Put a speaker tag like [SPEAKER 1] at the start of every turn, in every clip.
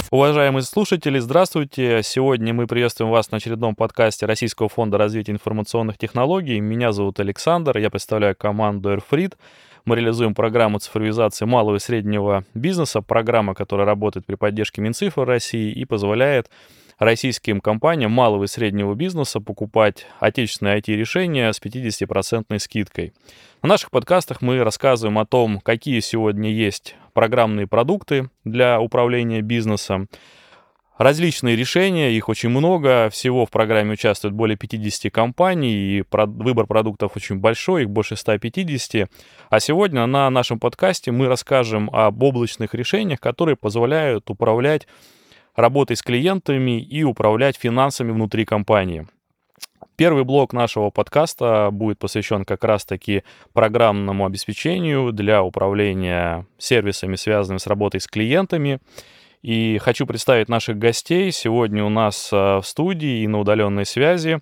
[SPEAKER 1] Уважаемые слушатели, здравствуйте! Сегодня мы приветствуем вас на очередном подкасте Российского фонда развития информационных технологий. Меня зовут Александр, я представляю команду Airfreed. Мы реализуем программу цифровизации малого и среднего бизнеса, программа, которая работает при поддержке Минцифры России и позволяет российским компаниям малого и среднего бизнеса покупать отечественные IT-решения с 50% скидкой. На наших подкастах мы рассказываем о том, какие сегодня есть программные продукты для управления бизнесом, различные решения, их очень много, всего в программе участвует более 50 компаний, и выбор продуктов очень большой, их больше 150. А сегодня на нашем подкасте мы расскажем об облачных решениях, которые позволяют управлять работой с клиентами и управлять финансами внутри компании. Первый блок нашего подкаста будет посвящен как раз-таки программному обеспечению для управления сервисами, связанными с работой с клиентами. И хочу представить наших гостей. Сегодня у нас в студии и на удаленной связи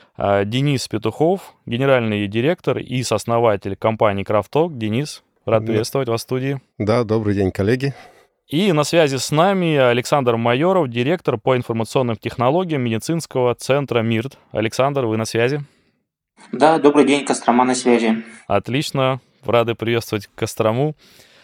[SPEAKER 1] Денис Петухов, генеральный директор и сооснователь компании Крафток. Денис, рад приветствовать вас в студии.
[SPEAKER 2] Да, добрый день, коллеги.
[SPEAKER 1] И на связи с нами Александр Майоров, директор по информационным технологиям медицинского центра МИРТ. Александр, вы на связи?
[SPEAKER 3] Да, добрый день, Кострома на связи.
[SPEAKER 1] Отлично, рады приветствовать Кострому.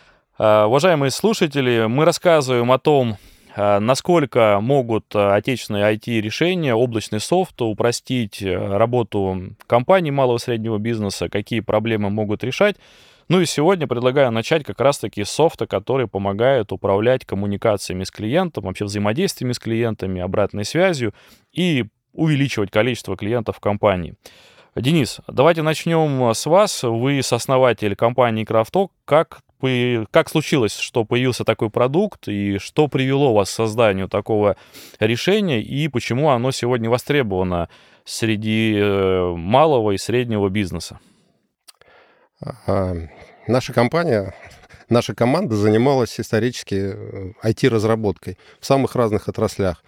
[SPEAKER 1] Уважаемые слушатели, мы рассказываем о том, насколько могут отечественные IT-решения, облачный софт упростить работу компаний малого и среднего бизнеса, какие проблемы могут решать. Ну и сегодня предлагаю начать как раз-таки с софта, который помогает управлять коммуникациями с клиентом, вообще взаимодействиями с клиентами, обратной связью и увеличивать количество клиентов в компании. Денис, давайте начнем с вас. Вы сооснователь компании Крафток. Как случилось, что появился такой продукт, и что привело вас к созданию такого решения, и почему оно сегодня востребовано среди малого и среднего бизнеса?
[SPEAKER 2] Наша команда занималась исторически IT-разработкой в самых разных отраслях.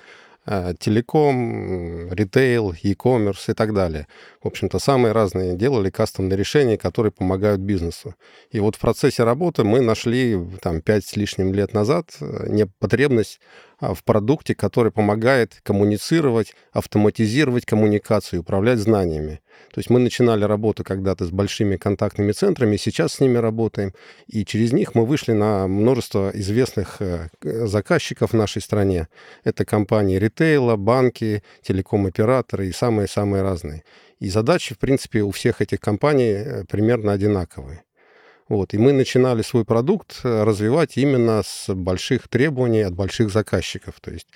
[SPEAKER 2] Телеком, ритейл, e-commerce и так далее. В общем-то, самые разные делали кастомные решения, которые помогают бизнесу. И вот в процессе работы мы нашли 5 с лишним лет назад потребность в продукте, который помогает коммуницировать, автоматизировать коммуникацию, управлять знаниями. То есть мы начинали работу когда-то с большими контактными центрами, сейчас с ними работаем, и через них мы вышли на множество известных заказчиков в нашей стране. Это компании ритейла, банки, телеком-операторы и самые-самые разные. И задачи, в принципе, у всех этих компаний примерно одинаковые. И мы начинали свой продукт развивать именно с больших требований от больших заказчиков. То есть,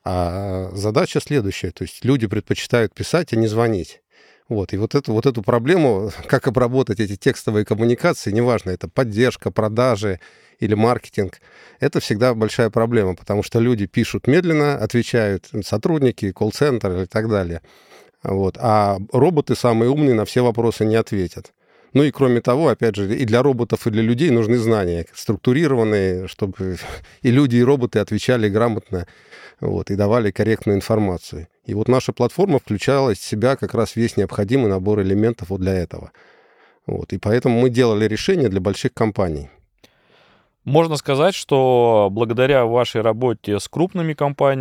[SPEAKER 2] задача следующая. То есть люди предпочитают писать, а не звонить. И вот эту проблему, как обработать эти текстовые коммуникации, неважно, это поддержка, продажи или маркетинг, это всегда большая проблема, потому что люди пишут медленно, отвечают сотрудники, колл-центр и так далее. А роботы самые умные на все вопросы не ответят. Ну и кроме того, опять же, и для роботов, и для людей нужны знания, структурированные, чтобы и люди, и роботы отвечали грамотно, и давали корректную информацию. И вот наша платформа включала в себя как раз весь необходимый набор элементов для этого. И поэтому мы делали решения для больших компаний.
[SPEAKER 1] Можно сказать, что благодаря вашей работе с крупными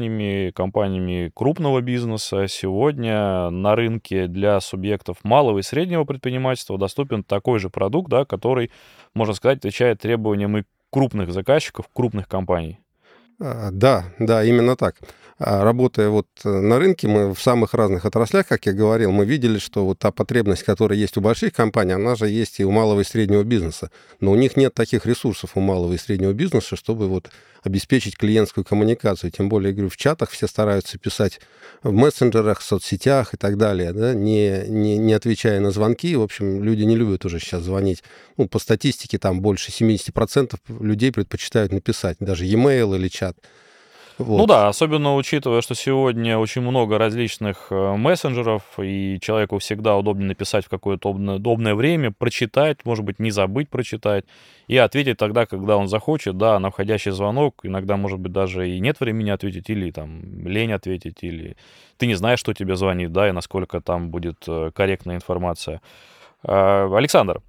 [SPEAKER 1] компаниями крупного бизнеса, сегодня на рынке для субъектов малого и среднего предпринимательства доступен такой же продукт, да, который, можно сказать, отвечает требованиям и крупных заказчиков, крупных компаний.
[SPEAKER 2] Да, именно так. Работая на рынке, мы в самых разных отраслях, как я говорил, мы видели, что та потребность, которая есть у больших компаний, она же есть и у малого и среднего бизнеса. Но у них нет таких ресурсов у малого и среднего бизнеса, чтобы обеспечить клиентскую коммуникацию. Тем более, я говорю, в чатах все стараются писать в мессенджерах, в соцсетях и так далее, да, не отвечая на звонки. В общем, люди не любят уже сейчас звонить. По статистике, больше 70% людей предпочитают написать, даже e-mail или чат.
[SPEAKER 1] Ну да, особенно учитывая, что сегодня очень много различных мессенджеров, и человеку всегда удобнее написать в какое-то удобное время, прочитать, может быть, не забыть прочитать, и ответить тогда, когда он захочет, да, на входящий звонок. Иногда, может быть, даже и нет времени ответить, или лень ответить, или ты не знаешь, что тебе звонит, да, и насколько там будет корректная информация. Александр,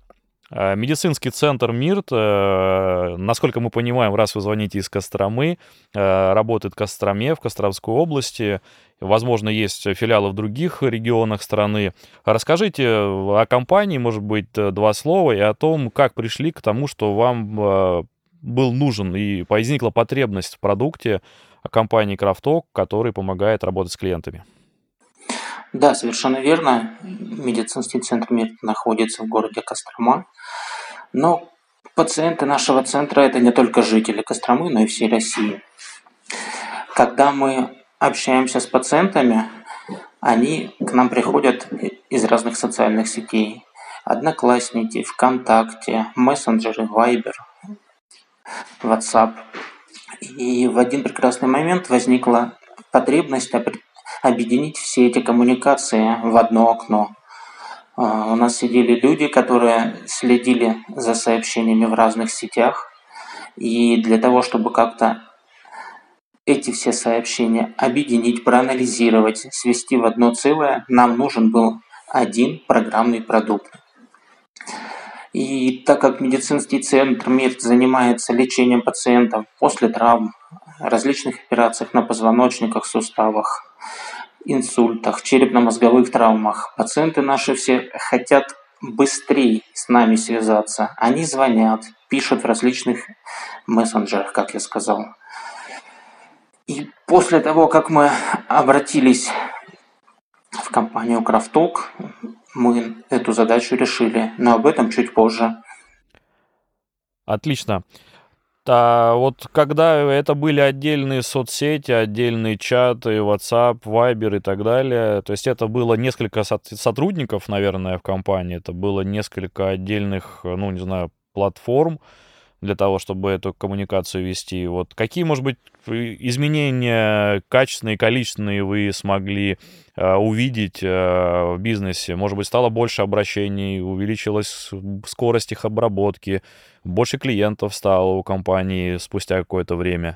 [SPEAKER 1] Медицинский центр МИРТ, насколько мы понимаем, раз вы звоните из Костромы, работает в Костроме, в Костромской области. Возможно, есть филиалы в других регионах страны. Расскажите о компании, может быть, два слова, и о том, как пришли к тому, что вам был нужен и возникла потребность в продукте компании Крафток, который помогает работать с клиентами.
[SPEAKER 3] Да, совершенно верно. Медицинский центр МИРТ находится в городе Кострома. Но пациенты нашего центра – это не только жители Костромы, но и всей России. Когда мы общаемся с пациентами, они к нам приходят из разных социальных сетей. Одноклассники, ВКонтакте, мессенджеры, Вайбер, WhatsApp. И в один прекрасный момент возникла потребность объединить все эти коммуникации в одно окно. У нас сидели люди, которые следили за сообщениями в разных сетях. И для того, чтобы как-то эти все сообщения объединить, проанализировать, свести в одно целое, нам нужен был один программный продукт. И так как медицинский центр МИРТ занимается лечением пациентов после травм, различных операциях на позвоночниках, суставах, инсультах, черепно-мозговых травмах, пациенты наши все хотят быстрее с нами связаться. Они звонят, пишут в различных мессенджерах, как я сказал. И после того, как мы обратились в компанию Крафток, мы эту задачу решили, но об этом чуть позже.
[SPEAKER 1] Отлично. А вот когда это были отдельные соцсети, отдельные чаты, WhatsApp, Viber и так далее, то есть это было несколько сотрудников, наверное, в компании, это было несколько отдельных, ну, не знаю, платформ для того, чтобы эту коммуникацию вести. Вот какие, может быть, изменения качественные, количественные вы смогли увидеть в бизнесе? Может быть, стало больше обращений, увеличилась скорость их обработки, больше клиентов стало у компании спустя какое-то время?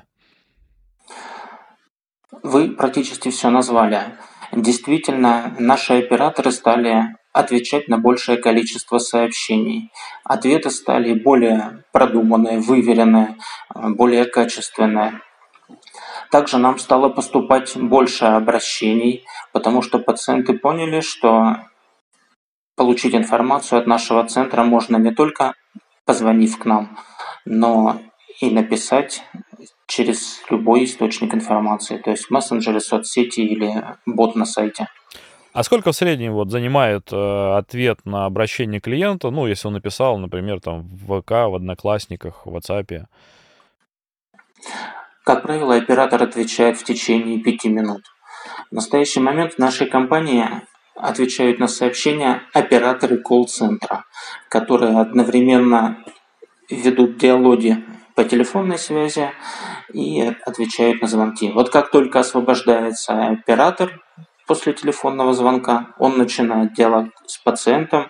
[SPEAKER 3] Вы практически все назвали. Действительно, наши операторы стали отвечать на большее количество сообщений. Ответы стали более продуманные, выверенные, более качественные. Также нам стало поступать больше обращений, потому что пациенты поняли, что получить информацию от нашего центра можно не только позвонив к нам, но и написать через любой источник информации, то есть мессенджеры, соцсети или бот на сайте.
[SPEAKER 1] А сколько в среднем вот занимает ответ на обращение клиента, ну, если он написал, например, там в ВК, в Одноклассниках, в WhatsApp?
[SPEAKER 3] Как правило, оператор отвечает в течение 5 минут. В настоящий момент в нашей компании отвечают на сообщения операторы колл-центра, которые одновременно ведут диалоги по телефонной связи и отвечают на звонки. Вот как только освобождается оператор после телефонного звонка, он начинает диалог с пациентом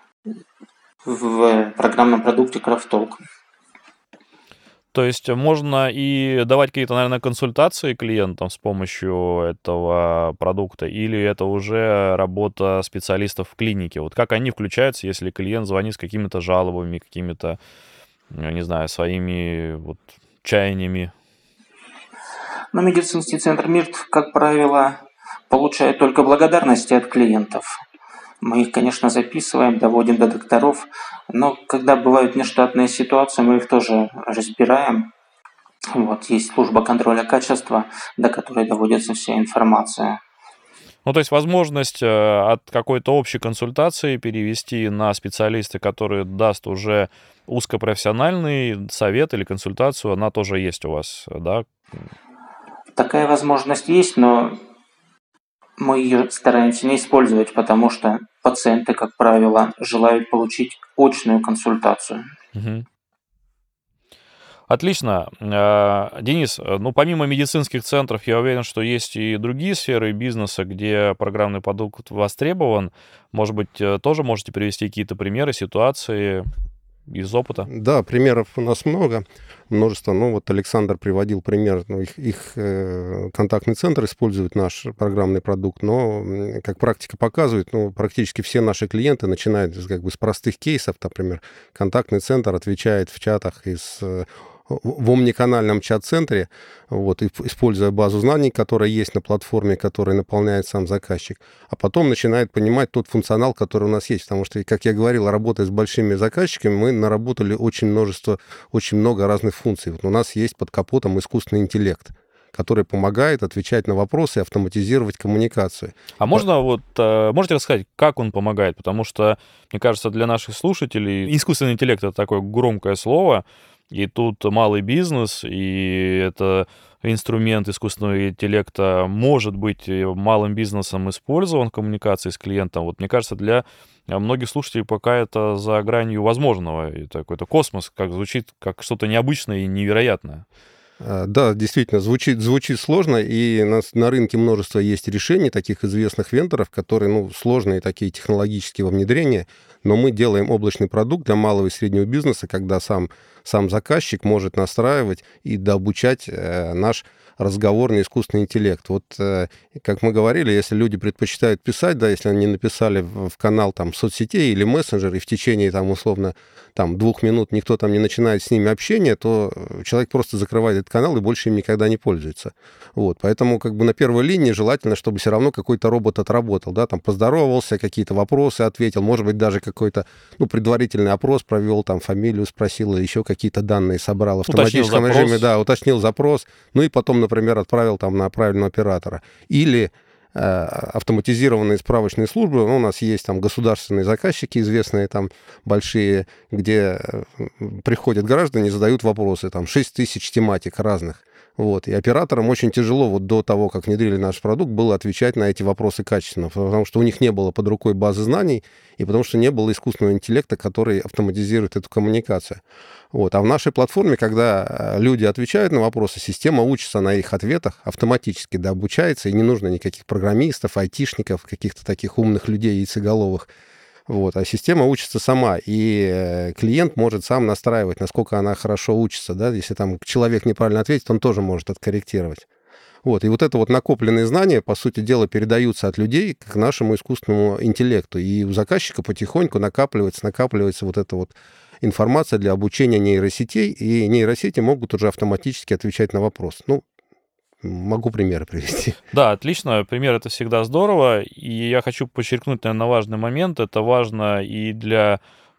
[SPEAKER 3] в программном продукте Крафток.
[SPEAKER 1] То есть можно и давать какие-то, наверное, консультации клиентам с помощью этого продукта, или это уже работа специалистов в клинике? Вот как они включаются, если клиент звонит с какими-то жалобами, какими-то, не знаю, своими вот чаяниями?
[SPEAKER 3] Но медицинский центр МИРТ, как правило, получает только благодарности от клиентов. Мы их, конечно, записываем, доводим до докторов, но когда бывают нештатные ситуации, мы их тоже разбираем. Вот, есть служба контроля качества, до которой доводится вся информация.
[SPEAKER 1] Ну, то есть возможность от какой-то общей консультации перевести на специалиста, который даст уже узкопрофессиональный совет или консультацию, она тоже есть у вас, да?
[SPEAKER 3] Такая возможность есть, но мы ее стараемся не использовать, потому что пациенты, как правило, желают получить очную консультацию.
[SPEAKER 1] Мгм. Отлично. Денис, ну, помимо медицинских центров, я уверен, что есть и другие сферы бизнеса, где программный продукт востребован. Может быть, тоже можете привести какие-то примеры, ситуации? из опыта?
[SPEAKER 2] Да, примеров у нас много, множество. Ну, вот Александр приводил пример, ну, их контактный центр использует наш программный продукт, но, как практика показывает, ну, практически все наши клиенты начинают как бы с простых кейсов, например, контактный центр отвечает в чатах в омниканальном чат-центре, вот, используя базу знаний, которая есть на платформе, которой наполняет сам заказчик, а потом начинает понимать тот функционал, который у нас есть. Потому что, как я говорил, работая с большими заказчиками, мы наработали очень много разных функций. Вот у нас есть под капотом искусственный интеллект, который помогает отвечать на вопросы и автоматизировать коммуникацию.
[SPEAKER 1] А можете рассказать, как он помогает? Потому что, мне кажется, для наших слушателей искусственный интеллект — это такое громкое слово, и тут малый бизнес, и это инструмент искусственного интеллекта может быть малым бизнесом использован в коммуникации с клиентом. Вот мне кажется, для многих слушателей пока это за гранью возможного. Это какой-то космос, как звучит, как что-то необычное и невероятное.
[SPEAKER 2] Да, действительно, звучит сложно, и на рынке множество есть решений таких известных вендоров, которые, ну, сложные такие технологические во внедрении, но мы делаем облачный продукт для малого и среднего бизнеса, когда сам заказчик может настраивать и дообучать наш разговорный искусственный интеллект. Вот, как мы говорили, если люди предпочитают писать, да, если они написали в канал там соцсетей или мессенджер, и в течение там условно 2 минут никто там не начинает с ними общение, то человек просто закрывает этот канал и больше им никогда не пользуется. Вот, поэтому как бы на первой линии желательно, чтобы все равно какой-то робот отработал, да, там поздоровался, какие-то вопросы ответил, может быть, даже какой-то, ну, предварительный опрос провел, там фамилию спросил или еще какие-то данные собрал в автоматическом режиме, да, уточнил запрос, ну и потом, например, отправил там на правильного оператора. Или автоматизированные справочные службы. Ну, у нас есть там государственные заказчики, известные там большие, где приходят граждане и задают вопросы. Там 6 тысяч тематик разных. Вот. И операторам очень тяжело вот до того, как внедрили наш продукт, было отвечать на эти вопросы качественно, потому что у них не было под рукой базы знаний, и потому что не было искусственного интеллекта, который автоматизирует эту коммуникацию. Вот. А в нашей платформе, когда люди отвечают на вопросы, система учится на их ответах автоматически, да, обучается, и не нужно никаких программистов, айтишников, каких-то таких умных людей, яйцеголовых. Вот, а система учится сама, и клиент может сам настраивать, насколько она хорошо учится, да, если там человек неправильно ответит, он тоже может откорректировать. Вот, и вот это вот накопленные знания, по сути дела, передаются от людей к нашему искусственному интеллекту, и у заказчика потихоньку накапливается вот эта вот информация для обучения нейросетей, и нейросети могут уже автоматически отвечать на вопрос. Ну, могу примеры привести.
[SPEAKER 1] Да, отлично. Пример — это всегда здорово. И я хочу подчеркнуть, наверное, важный момент. Это важно и для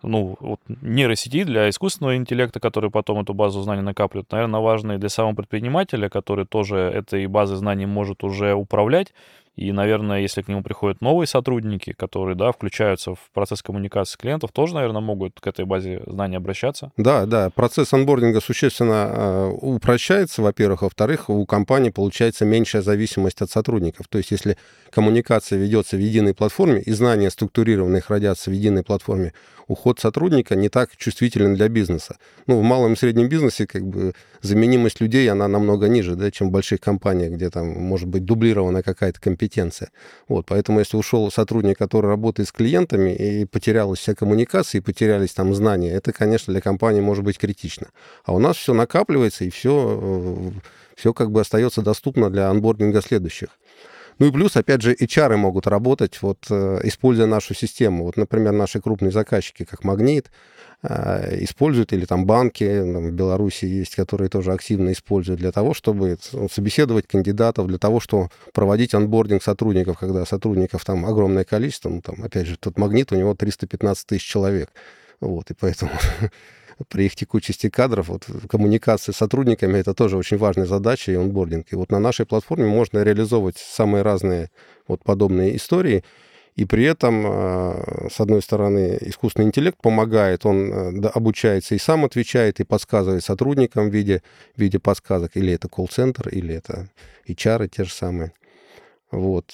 [SPEAKER 1] нейросети, для искусственного интеллекта, который потом эту базу знаний накапливает. Наверное, важно и для самого предпринимателя, который тоже этой базой знаний может уже управлять. И, наверное, если к нему приходят новые сотрудники, которые, да, включаются в процесс коммуникации с клиентов, тоже, наверное, могут к этой базе знаний обращаться.
[SPEAKER 2] Да, процесс онбординга существенно упрощается, во-первых. Во-вторых, у компании получается меньшая зависимость от сотрудников. То есть, если коммуникация ведется в единой платформе, и знания структурированные хранятся в единой платформе, уход сотрудника не так чувствителен для бизнеса. Ну, в малом и среднем бизнесе как бы заменимость людей, она намного ниже, да, чем в больших компаниях, где там может быть дублирована какая-то компетенция. Вот, поэтому если ушел сотрудник, который работает с клиентами, и потерялась вся коммуникация, и потерялись там знания, это, конечно, для компании может быть критично. А у нас все накапливается, и все как бы остается доступно для онбординга следующих. Ну и плюс, опять же, HR могут работать, вот, используя нашу систему. Вот, например, наши крупные заказчики, как «Магнит», используют, или там банки, там, в Беларуси есть, которые тоже активно используют для того, чтобы собеседовать кандидатов, для того, чтобы проводить онбординг сотрудников, когда сотрудников там огромное количество. Ну, там, опять же, тот «Магнит», у него 315 тысяч человек. Вот, и поэтому при их текучести кадров, вот, коммуникация с сотрудниками — это тоже очень важная задача и онбординг. И вот на нашей платформе можно реализовывать самые разные вот подобные истории, и при этом, с одной стороны, искусственный интеллект помогает, он обучается и сам отвечает, и подсказывает сотрудникам в виде подсказок, или это колл-центр, или это HR те же самые. Вот.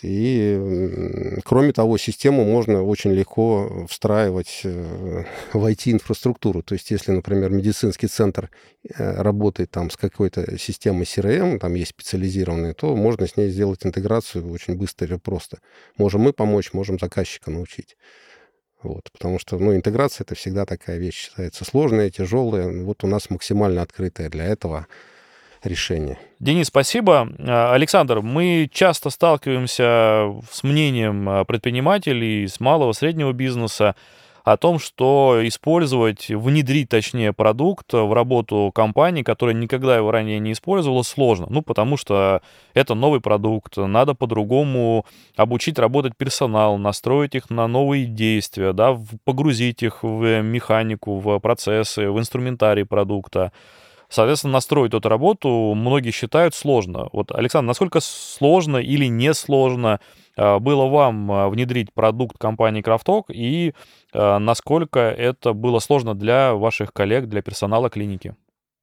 [SPEAKER 2] И, кроме того, систему можно очень легко встраивать в IT-инфраструктуру. То есть, если, например, медицинский центр работает там с какой-то системой CRM, там есть специализированные, то можно с ней сделать интеграцию очень быстро и просто. Можем мы помочь, можем заказчика научить. Вот, потому что, ну, интеграция — это всегда такая вещь, считается сложная, тяжелая. Вот у нас максимально открытое для этого решение.
[SPEAKER 1] Денис, спасибо. Александр, мы часто сталкиваемся с мнением предпринимателей с малого, среднего бизнеса о том, что использовать, внедрить, точнее, продукт в работу компании, которая никогда его ранее не использовала, сложно. Ну, потому что это новый продукт, надо по-другому обучить работать персонал, настроить их на новые действия, да, погрузить их в механику, в процессы, в инструментарий продукта. Соответственно, настроить эту работу многие считают сложно. Вот, Александр, насколько сложно или несложно было вам внедрить продукт компании Крафток и насколько это было сложно для ваших коллег, для персонала клиники?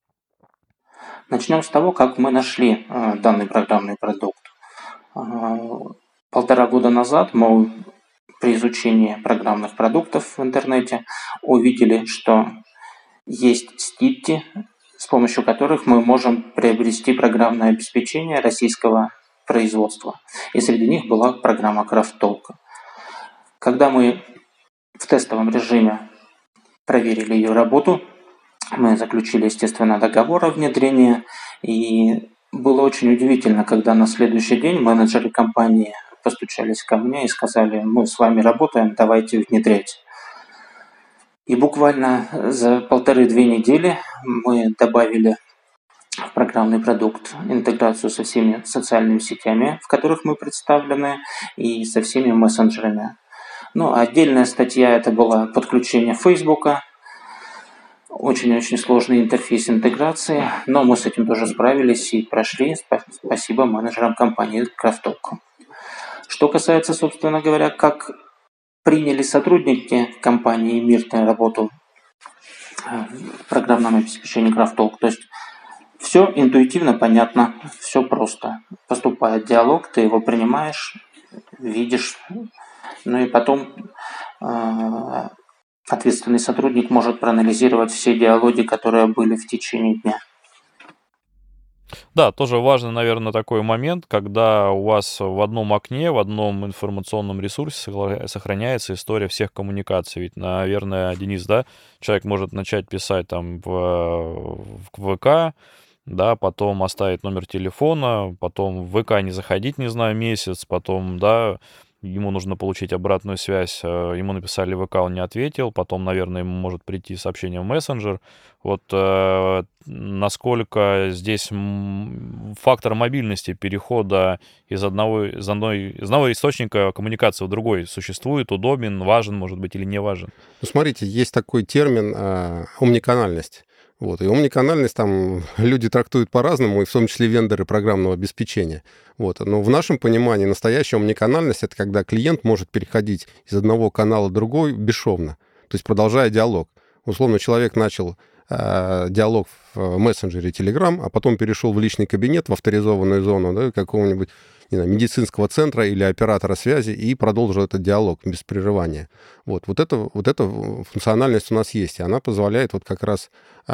[SPEAKER 3] Начнем с того, как мы нашли данный программный продукт. 1,5 года назад мы при изучении программных продуктов в интернете увидели, что есть стипти, с помощью которых мы можем приобрести программное обеспечение российского производства. И среди них была программа Крафтолк. Когда мы в тестовом режиме проверили ее работу, мы заключили, естественно, договор о внедрении, и было очень удивительно, когда на следующий день менеджеры компании постучались ко мне и сказали: мы с вами работаем, давайте внедрять. И буквально за 1,5-2 недели мы добавили в программный продукт интеграцию со всеми социальными сетями, в которых мы представлены, и со всеми мессенджерами. Ну, отдельная статья — это было подключение Фейсбука. Очень-очень сложный интерфейс интеграции, но мы с этим тоже справились и прошли. Спасибо менеджерам компании Крафтолк. Что касается, собственно говоря, как приняли сотрудники компании МИРТ на работу в программном обеспечении Крафтолк. То есть все интуитивно понятно, все просто. Поступает диалог, ты его принимаешь, видишь, ну и потом ответственный сотрудник может проанализировать все диалоги, которые были в течение дня.
[SPEAKER 1] Да, тоже важный, наверное, такой момент, когда у вас в одном окне, в одном информационном ресурсе сохраняется история всех коммуникаций. Ведь, наверное, Денис, да, человек может начать писать там в ВК, да, потом оставить номер телефона, потом в ВК не заходить, не знаю, месяц, потом, да, ему нужно получить обратную связь, ему написали в ВК, он не ответил, потом, наверное, ему может прийти сообщение в мессенджер. Вот насколько здесь фактор мобильности перехода из одного источника коммуникации в другой существует, удобен, важен, может быть, или не важен?
[SPEAKER 2] Ну, смотрите, есть такой термин омниканальность. Вот. И омниканальность там люди трактуют по-разному, и в том числе вендоры программного обеспечения. Вот. Но в нашем понимании настоящая омниканальность — это когда клиент может переходить из одного канала в другой бесшовно, то есть продолжая диалог. Условно, человек начал диалог в мессенджере Telegram, а потом перешел в личный кабинет, в авторизованную зону, да, какого-нибудь, не знаю, медицинского центра или оператора связи и продолжил этот диалог без прерывания. Вот эта функциональность у нас есть, и она позволяет вот как раз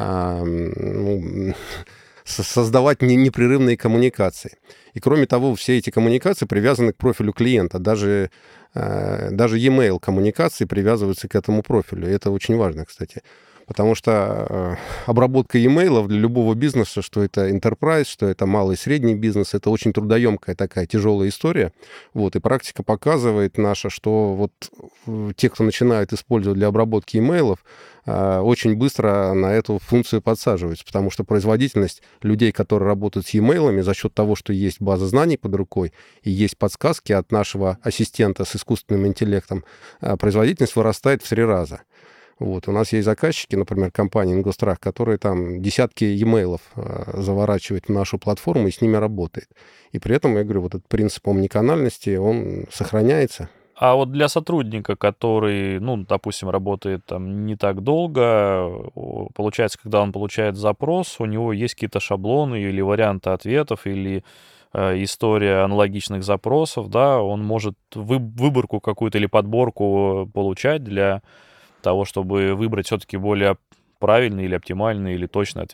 [SPEAKER 2] создавать непрерывные коммуникации. И кроме того, все эти коммуникации привязаны к профилю клиента. Даже e-mail коммуникации привязываются к этому профилю. И это очень важно, кстати. Потому что обработка e-mail для любого бизнеса, что это enterprise, что это малый и средний бизнес, это очень трудоемкая такая тяжелая история. Вот, и практика показывает наша, что вот те, кто начинает использовать для обработки e-mail, очень быстро на эту функцию подсаживаются, потому что производительность людей, которые работают с e-mail, за счет того, что есть база знаний под рукой и есть подсказки от нашего ассистента с искусственным интеллектом, производительность вырастает в 3 раза. Вот. У нас есть заказчики, например, компания «Ингострах», которые там десятки e-mail'ов заворачивает в нашу платформу и с ними работает. И при этом, я говорю, вот этот принцип омниканальности, он сохраняется.
[SPEAKER 1] А вот для сотрудника, который, ну, допустим, работает там не так долго, получается, когда он получает запрос, у него есть какие-то шаблоны или варианты ответов, или история аналогичных запросов, да, он может выборку какую-то или подборку получать для того, чтобы выбрать все-таки более правильный или оптимальный или точный ответ.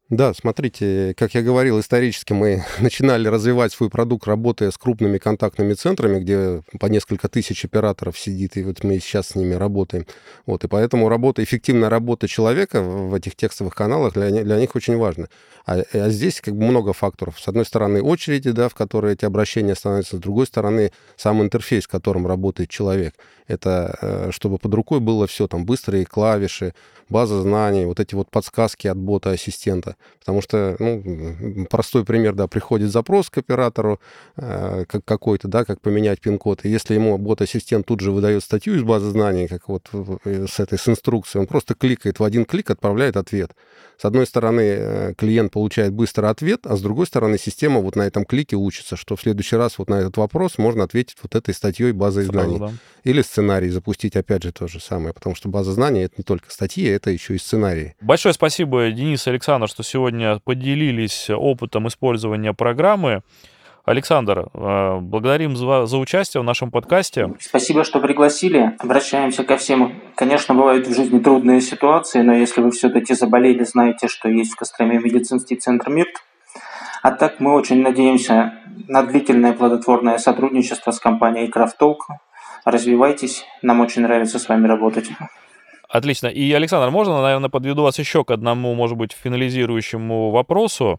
[SPEAKER 2] Да, смотрите, как я говорил, исторически мы начинали развивать свой продукт, работая с крупными контактными центрами, где по несколько тысяч операторов сидит, и вот мы сейчас с ними работаем. Вот, и поэтому эффективная работа человека в этих текстовых каналах для них очень важна. А здесь как бы много факторов. С одной стороны, очереди, да, в которые эти обращения становятся, с другой стороны, сам интерфейс, в котором работает человек. Это чтобы под рукой было все, там, быстрые клавиши, база знаний, вот эти вот подсказки от бота-ассистента. Потому что, простой пример, да, приходит запрос к оператору какой-то, да, как поменять пин-код, и если ему бот-ассистент тут же выдает статью из базы знаний, как вот с инструкцией, он просто кликает, в один клик отправляет ответ. С одной стороны, клиент получает быстро ответ, а с другой стороны, система вот на этом клике учится, что в следующий раз вот на этот вопрос можно ответить вот этой статьей базой знаний.
[SPEAKER 1] Да.
[SPEAKER 2] Или сценарий запустить, опять же, то же самое, потому что база знаний — это не только статьи, это еще и сценарии.
[SPEAKER 1] Большое спасибо, Денис и Александр, что сегодня поделились опытом использования программы. Александр, благодарим за участие в нашем подкасте.
[SPEAKER 3] Спасибо, что пригласили. Обращаемся ко всем. Конечно, бывают в жизни трудные ситуации, но если вы все-таки заболели, знаете, что есть в Костроме медицинский центр МИРТ. А так мы очень надеемся на длительное плодотворное сотрудничество с компанией Крафтолк. Развивайтесь, нам очень нравится с вами работать.
[SPEAKER 1] Отлично. И, Александр, можно, наверное, подведу вас еще к одному, может быть, финализирующему вопросу.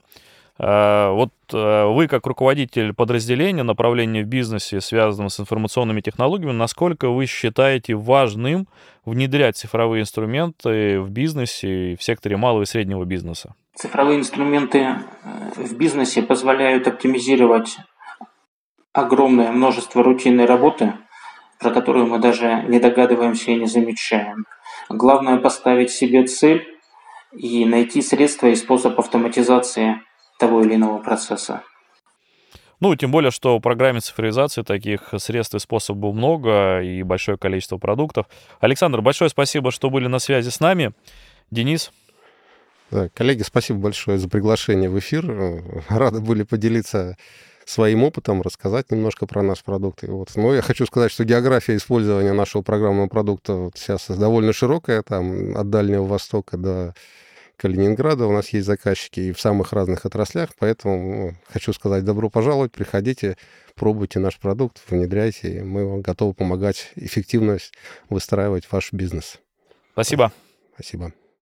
[SPEAKER 1] Вот вы, как руководитель подразделения, направления в бизнесе, связанного с информационными технологиями, насколько вы считаете важным внедрять цифровые инструменты в бизнесе и в секторе малого и среднего бизнеса?
[SPEAKER 3] Цифровые инструменты в бизнесе позволяют оптимизировать огромное множество рутинной работы, про которую мы даже не догадываемся и не замечаем. Главное поставить себе цель и найти средства и способ автоматизации того или иного процесса.
[SPEAKER 1] Тем более, что в программе цифровизации таких средств и способов много и большое количество продуктов. Александр, большое спасибо, что были на связи с нами. Денис?
[SPEAKER 2] Да, коллеги, спасибо большое за приглашение в эфир. Рады были поделиться своим опытом, рассказать немножко про наш продукт. Но я хочу сказать, что география использования нашего программного продукта сейчас довольно широкая, там от Дальнего Востока до Калининграда у нас есть заказчики и в самых разных отраслях, поэтому хочу сказать, добро пожаловать, приходите, пробуйте наш продукт, внедряйте, и мы вам готовы помогать эффективно выстраивать ваш бизнес.
[SPEAKER 1] Спасибо.
[SPEAKER 2] Спасибо.